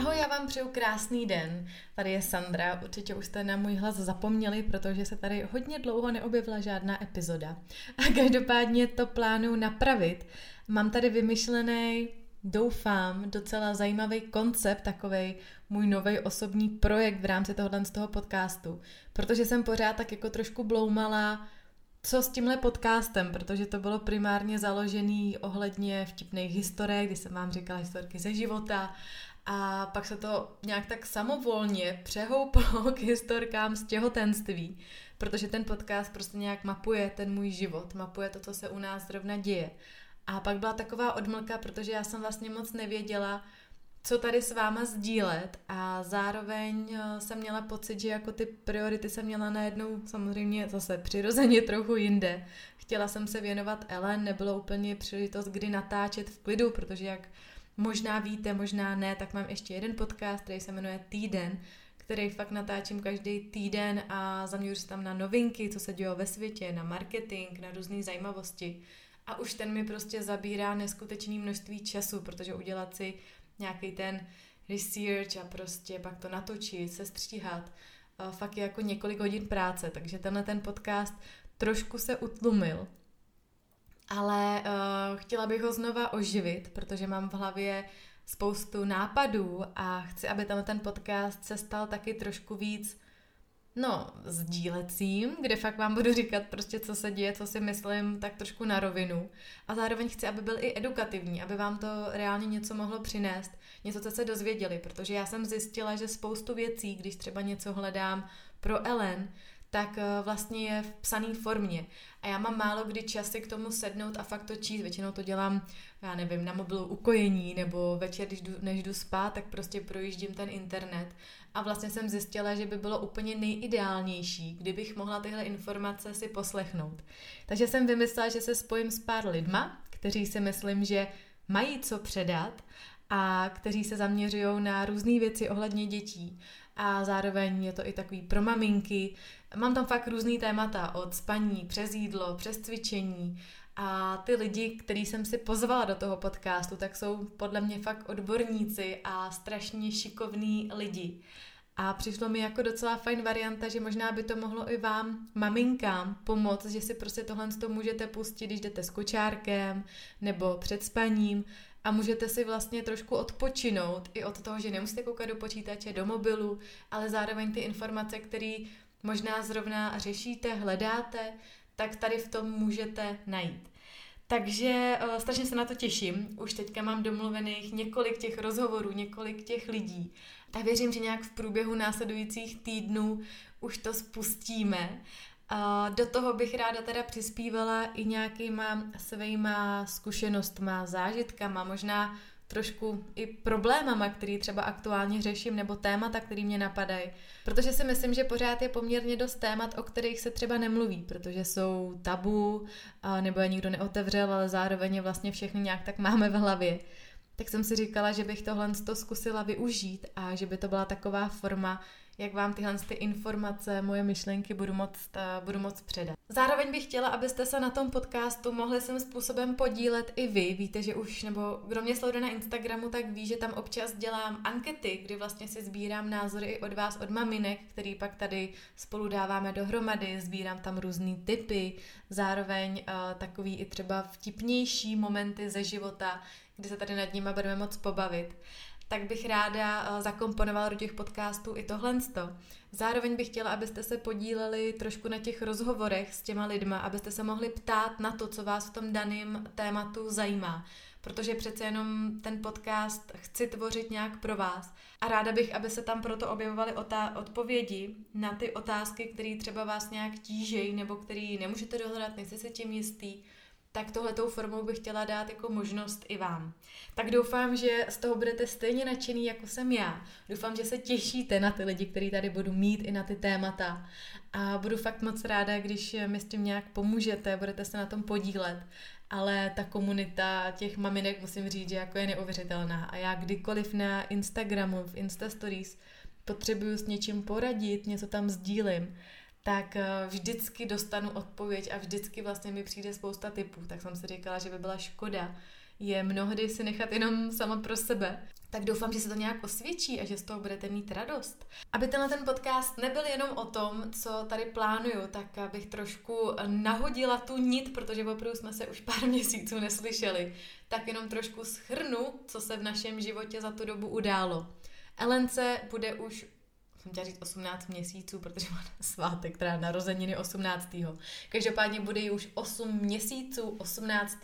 Ahoj, já vám přeju krásný den. Tady je Sandra, určitě už jste na můj hlas zapomněli, protože se tady hodně dlouho neobjevila žádná epizoda. A každopádně to plánuju napravit. Mám tady vymyšlený, doufám, docela zajímavý koncept, takovej můj nový osobní projekt v rámci z toho podcastu. Protože jsem pořád tak jako trošku bloumala, co s tímhle podcastem, protože to bylo primárně založený ohledně vtipných historek, kdy jsem vám říkala historky ze života a pak se to nějak tak samovolně přehouplo k historkám z těhotenství, protože ten podcast prostě nějak mapuje ten můj život, mapuje to, co se u nás zrovna děje. A pak byla taková odmlka, protože já jsem vlastně moc nevěděla, co tady s váma sdílet a zároveň jsem měla pocit, že jako ty priority jsem měla najednou samozřejmě zase přirozeně trochu jinde. Chtěla jsem se věnovat Ellen, nebylo úplně příležitost, kdy natáčet v klidu, protože jak možná víte, možná ne, tak mám ještě jeden podcast, který se jmenuje Týden, který fakt natáčím každý týden a zaměřuji se tam na novinky, co se děje ve světě, na marketing, na různé zajímavosti. A už ten mi prostě zabírá neskutečné množství času, protože udělat si nějaký ten research a prostě pak to natočit, sestříhat, fakt je jako několik hodin práce, takže tenhle ten podcast trošku se utlumil. Ale chtěla bych ho znova oživit, protože mám v hlavě spoustu nápadů a chci, aby ten podcast se stal taky trošku víc sdílecím, kde fakt vám budu říkat prostě, co se děje, co si myslím, tak trošku na rovinu. A zároveň chci, aby byl i edukativní, aby vám to reálně něco mohlo přinést, něco, co se dozvěděli, protože já jsem zjistila, že spoustu věcí, když třeba něco hledám pro Ellen, tak vlastně je v psaný formě. A já mám málo kdy časy k tomu sednout a fakt to číst. Většinou to dělám, já nevím, na mobilu ukojení, nebo večer, než jdu spát, tak prostě projíždím ten internet. A vlastně jsem zjistila, že by bylo úplně nejideálnější, kdybych mohla tyhle informace si poslechnout. Takže jsem vymyslela, že se spojím s pár lidma, kteří si myslím, že mají co předat a kteří se zaměřují na různé věci ohledně dětí. A zároveň je to i takový pro maminky. Mám tam fakt různý témata, od spaní, přes jídlo, přes cvičení. A ty lidi, který jsem si pozvala do toho podcastu, tak jsou podle mě fakt odborníci a strašně šikovní lidi. A přišlo mi jako docela fajn varianta, že možná by to mohlo i vám, maminkám, pomoct, že si prostě tohle můžete pustit, když jdete s kočárkem nebo před spaním a můžete si vlastně trošku odpočinout i od toho, že nemusíte koukat do počítače, do mobilu, ale zároveň ty informace, které možná zrovna řešíte, hledáte, tak tady v tom můžete najít. Takže strašně se na to těším. Už teďka mám domluvených několik těch rozhovorů, několik těch lidí. A věřím, že nějak v průběhu následujících týdnů už to spustíme. Do toho bych ráda teda přispívala i nějakýma svýma zkušenostma, zážitkama, možná trošku i problémama, který třeba aktuálně řeším, nebo témata, který mě napadají. Protože si myslím, že pořád je poměrně dost témat, o kterých se třeba nemluví, protože jsou tabu, nebo je nikdo neotevřel, ale zároveň je vlastně všechny nějak tak máme v hlavě. Tak jsem si říkala, že bych tohle zkusila využít a že by to byla taková forma, jak vám tyhle informace, moje myšlenky budu moct předat. Zároveň bych chtěla, abyste se na tom podcastu mohli svým způsobem podílet i vy. Víte, že už, nebo kdo mě sleduje na Instagramu, tak ví, že tam občas dělám ankety, kdy vlastně si sbírám názory i od vás, od maminek, který pak tady spolu dáváme dohromady, sbírám tam různý tipy, zároveň takový i třeba vtipnější momenty ze života, kdy se tady nad nimi budeme moc pobavit. Tak bych ráda zakomponovala do těch podcastů i tohlensto. Zároveň bych chtěla, abyste se podíleli trošku na těch rozhovorech s těma lidma, abyste se mohli ptát na to, co vás v tom daném tématu zajímá. Protože přece jenom ten podcast chci tvořit nějak pro vás. A ráda bych, aby se tam proto objevovaly odpovědi na ty otázky, které třeba vás nějak tížejí, nebo které nemůžete dohledat, nejste si tím jistý. Tak tohletou formou bych chtěla dát jako možnost i vám. Tak doufám, že z toho budete stejně nadšený, jako jsem já. Doufám, že se těšíte na ty lidi, který tady budu mít, i na ty témata. A budu fakt moc ráda, když mi s tím nějak pomůžete, budete se na tom podílet. Ale ta komunita těch maminek, musím říct, že jako je neuvěřitelná. A já kdykoliv na Instagramu, v Instastories potřebuju s něčím poradit, něco tam sdílím, tak vždycky dostanu odpověď a vždycky vlastně mi přijde spousta tipů. Tak jsem si říkala, že by byla škoda, je mnohdy si nechat jenom sama pro sebe. Tak doufám, že se to nějak osvědčí a že z toho budete mít radost. Aby ten podcast nebyl jenom o tom, co tady plánuju, tak abych trošku nahodila tu nit, protože opravdu jsme se už pár měsíců neslyšeli, tak jenom trošku shrnu, co se v našem životě za tu dobu událo. Elence bude už, jsem chtěla říct 18 měsíců, protože má svátek, teda narozeniny 18. Každopádně bude jí už 8 měsíců 18.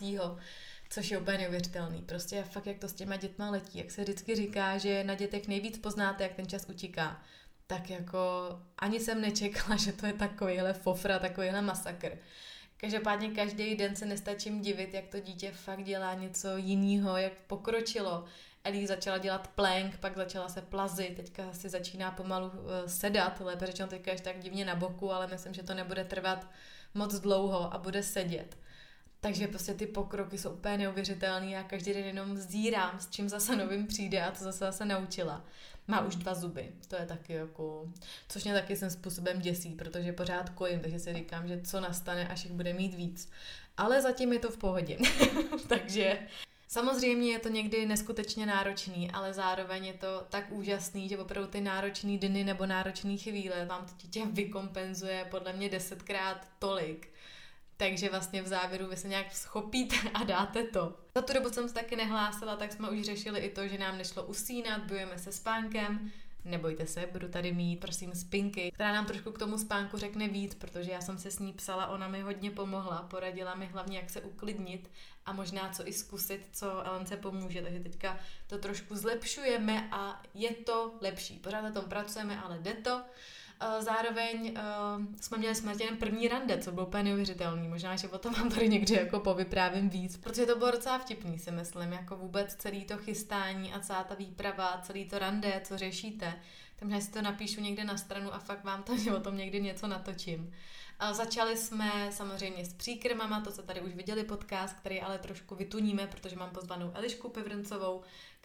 Což je úplně neuvěřitelný. Prostě fakt, jak to s těma dětma letí. Jak se vždycky říká, že na dětech nejvíc poznáte, jak ten čas utíká. Tak jako ani jsem nečekala, že to je takovýhle fofra, takovýhle masakr. Každopádně každý den se nestačím divit, jak to dítě fakt dělá něco jiného, jak pokročilo. Ellie začala dělat plank, pak začala se plazit, teďka si začíná pomalu sedat, lépe řečeno teďka ještě tak divně na boku, ale myslím, že to nebude trvat moc dlouho a bude sedět. Takže prostě ty pokroky jsou úplně neuvěřitelný. Já každý den jenom zírám, s čím zase novým přijde a co zase naučila. Má už 2 zuby, to je taky jako, což mě taky svým způsobem děsí, protože pořád kojím, takže si říkám, že co nastane, až jich bude mít víc. Ale zatím je to v pohodě. Takže samozřejmě je to někdy neskutečně náročný, ale zároveň je to tak úžasný, že opravdu ty náročný dny nebo náročný chvíle vám to dítě vykompenzuje podle mě 10krát tolik. Takže vlastně v závěru vy se nějak schopíte a dáte to. Za tu dobu jsem se taky nehlásila, tak jsme už řešili i to, že nám nešlo usínat, bojujeme se spánkem. Nebojte se, budu tady mít, prosím, Spinky, která nám trošku k tomu spánku řekne víc, protože já jsem se s ní psala, ona mi hodně pomohla, poradila mi hlavně, jak se uklidnit a možná co i zkusit, co Elence pomůže, takže teďka to trošku zlepšujeme a je to lepší. Pořád na tom pracujeme, ale jde to. Zároveň jsme měli s Martinem první rande, co bylo úplně neuvěřitelný. Možná, že o tom vám tady někdy jako povyprávím víc, protože to bylo docela vtipný, si myslím, jako vůbec celý to chystání a celá ta výprava, celý to rande, co řešíte. Takže si to napíšu někde na stranu a fakt vám to o tom někdy něco natočím. Začali jsme samozřejmě s příkrmama, to, co tady už viděli podcast, který ale trošku vytuníme, protože mám pozvanou Elišku Pevrncovou,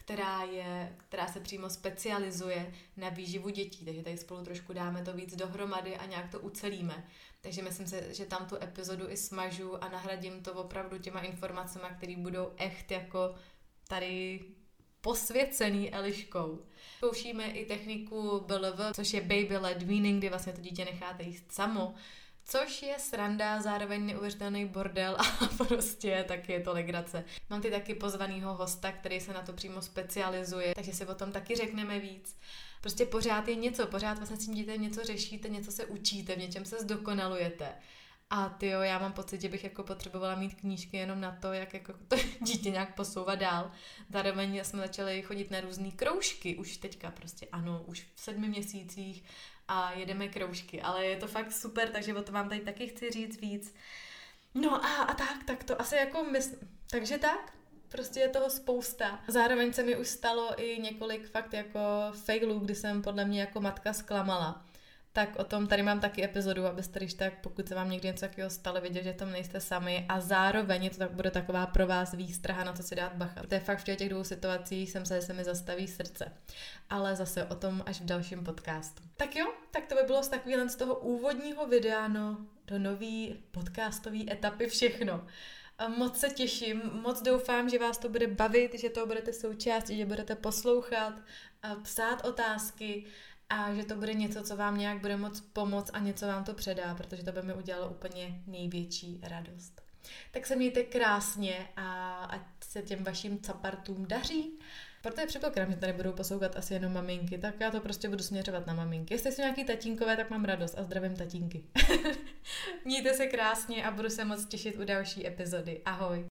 která se přímo specializuje na výživu dětí, takže tady spolu trošku dáme to víc dohromady a nějak to ucelíme. Takže myslím si, že tam tu epizodu i smažu a nahradím to opravdu těma informacemi, které budou echt jako tady posvěcený Eliškou. Použijeme i techniku BLV, což je baby led weaning, kdy vlastně to dítě necháte jíst samo, což je sranda, zároveň neuvěřitelný bordel a prostě taky je to legrace. Mám ty taky pozvanýho hosta, který se na to přímo specializuje, takže si o tom taky řekneme víc. Prostě pořád je něco, pořád vlastně s tím dítem něco řešíte, něco se učíte, v něčem se zdokonalujete. A tyjo, já mám pocit, že bych jako potřebovala mít knížky jenom na to, jak jako to dítě nějak posouvat dál. Zároveň jsme začali chodit na různý kroužky, už teďka prostě ano, už v 7 měsících a jedeme kroužky, ale je to fakt super, takže o to vám tady taky chci říct víc. No a tak to asi jako myslím. Takže tak, prostě je toho spousta. Zároveň se mi už stalo i několik fakt jako failů, kdy jsem podle mě jako matka zklamala. Tak o tom tady mám taky epizodu, abyste když tak, pokud se vám někdy něco takového stalo, vidět, že tam nejste sami a zároveň to tak bude taková pro vás výstraha na to si dát bacha. To je fakt v těch 2 situacích jsem se mi zastaví srdce. Ale zase o tom až v dalším podcastu. Tak jo, tak to by bylo z toho úvodního videa do nový podcastové etapy všechno. Moc se těším, moc doufám, že vás to bude bavit, že to budete součástí, že budete poslouchat, psát otázky, a že to bude něco, co vám nějak bude moc pomoct a něco vám to předá, protože to by mi udělalo úplně největší radost. Tak se mějte krásně a ať se těm vašim capartům daří. Protože předpokládám, že tady budou poslouchat asi jenom maminky, tak já to prostě budu směřovat na maminky. Jestli jsou nějaký tatínkové, tak mám radost a zdravím tatínky. Mějte se krásně a budu se moc těšit u další epizody. Ahoj.